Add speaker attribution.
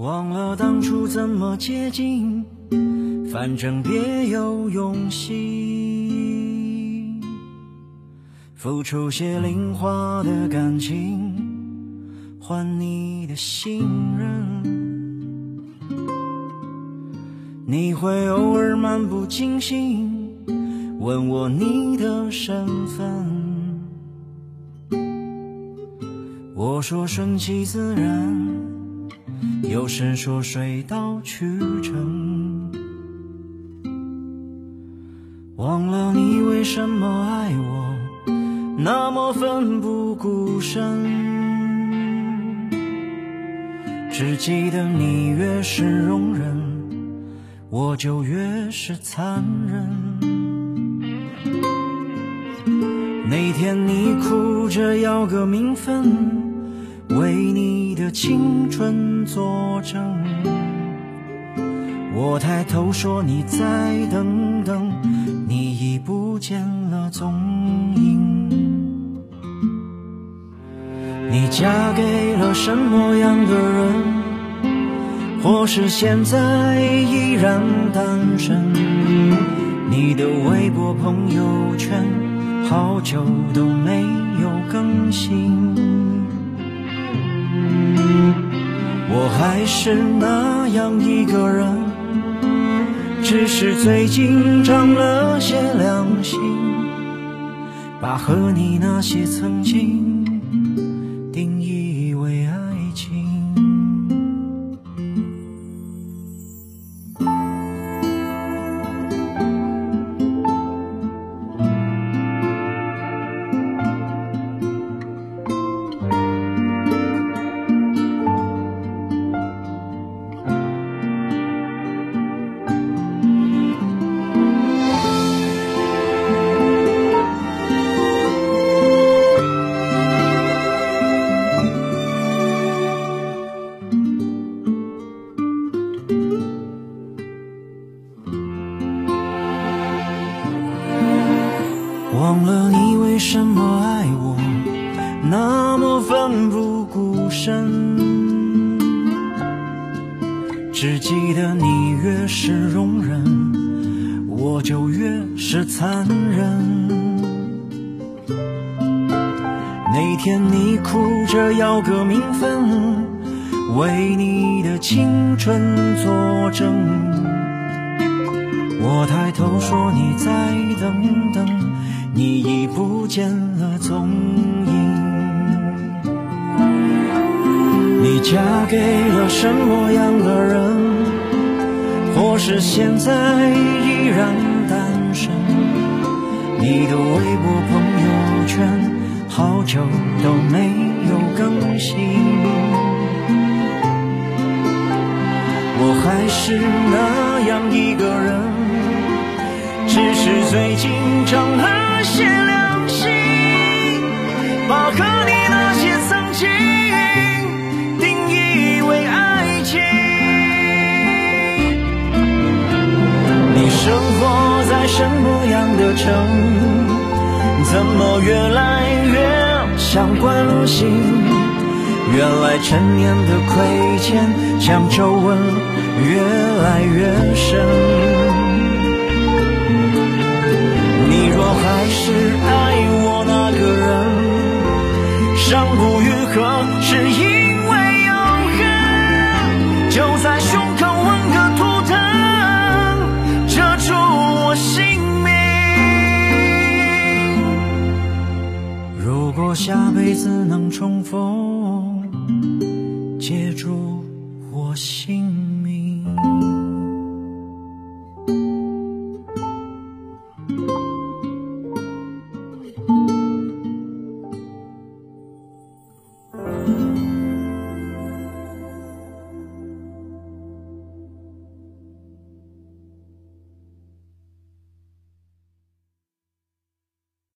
Speaker 1: 忘了当初怎么接近，反正别有用心，付出些零花的感情，换你的信任。你会偶尔漫不经心问我你的身份，我说顺其自然，有时说水到渠成。忘了你为什么爱我那么奋不顾身，只记得你越是容忍，我就越是残忍。那天你哭着要个名分，为你的青春作证，我抬头说你再等等，你已不见了踪影。你嫁给了什么样的人，或是现在依然单身，你的微博朋友圈好久都没有更新，我还是那样一个人，只是最近长了些良心，把和你那些曾经定义为爱情。忘了你为什么爱我那么奋不顾身，只记得你越是容忍，我就越是残忍。那天你哭着要个名分，为你的青春作证，我抬头说你再等等，你已不见了踪影。你嫁给了什么样的人，或是现在依然单身，你的微博朋友圈好久都没有更新，我还是那样一个人，只是最近长了些良心，把和你那些曾经定义为爱情。你生活在什么样的城，怎么越来越想关心，原来陈年的亏欠像皱纹越来越深。你若还是爱我那个人，伤不愈合是因为永恒，就在胸口纹个图腾，遮住我姓名。如果下辈子能重逢，接住我姓名。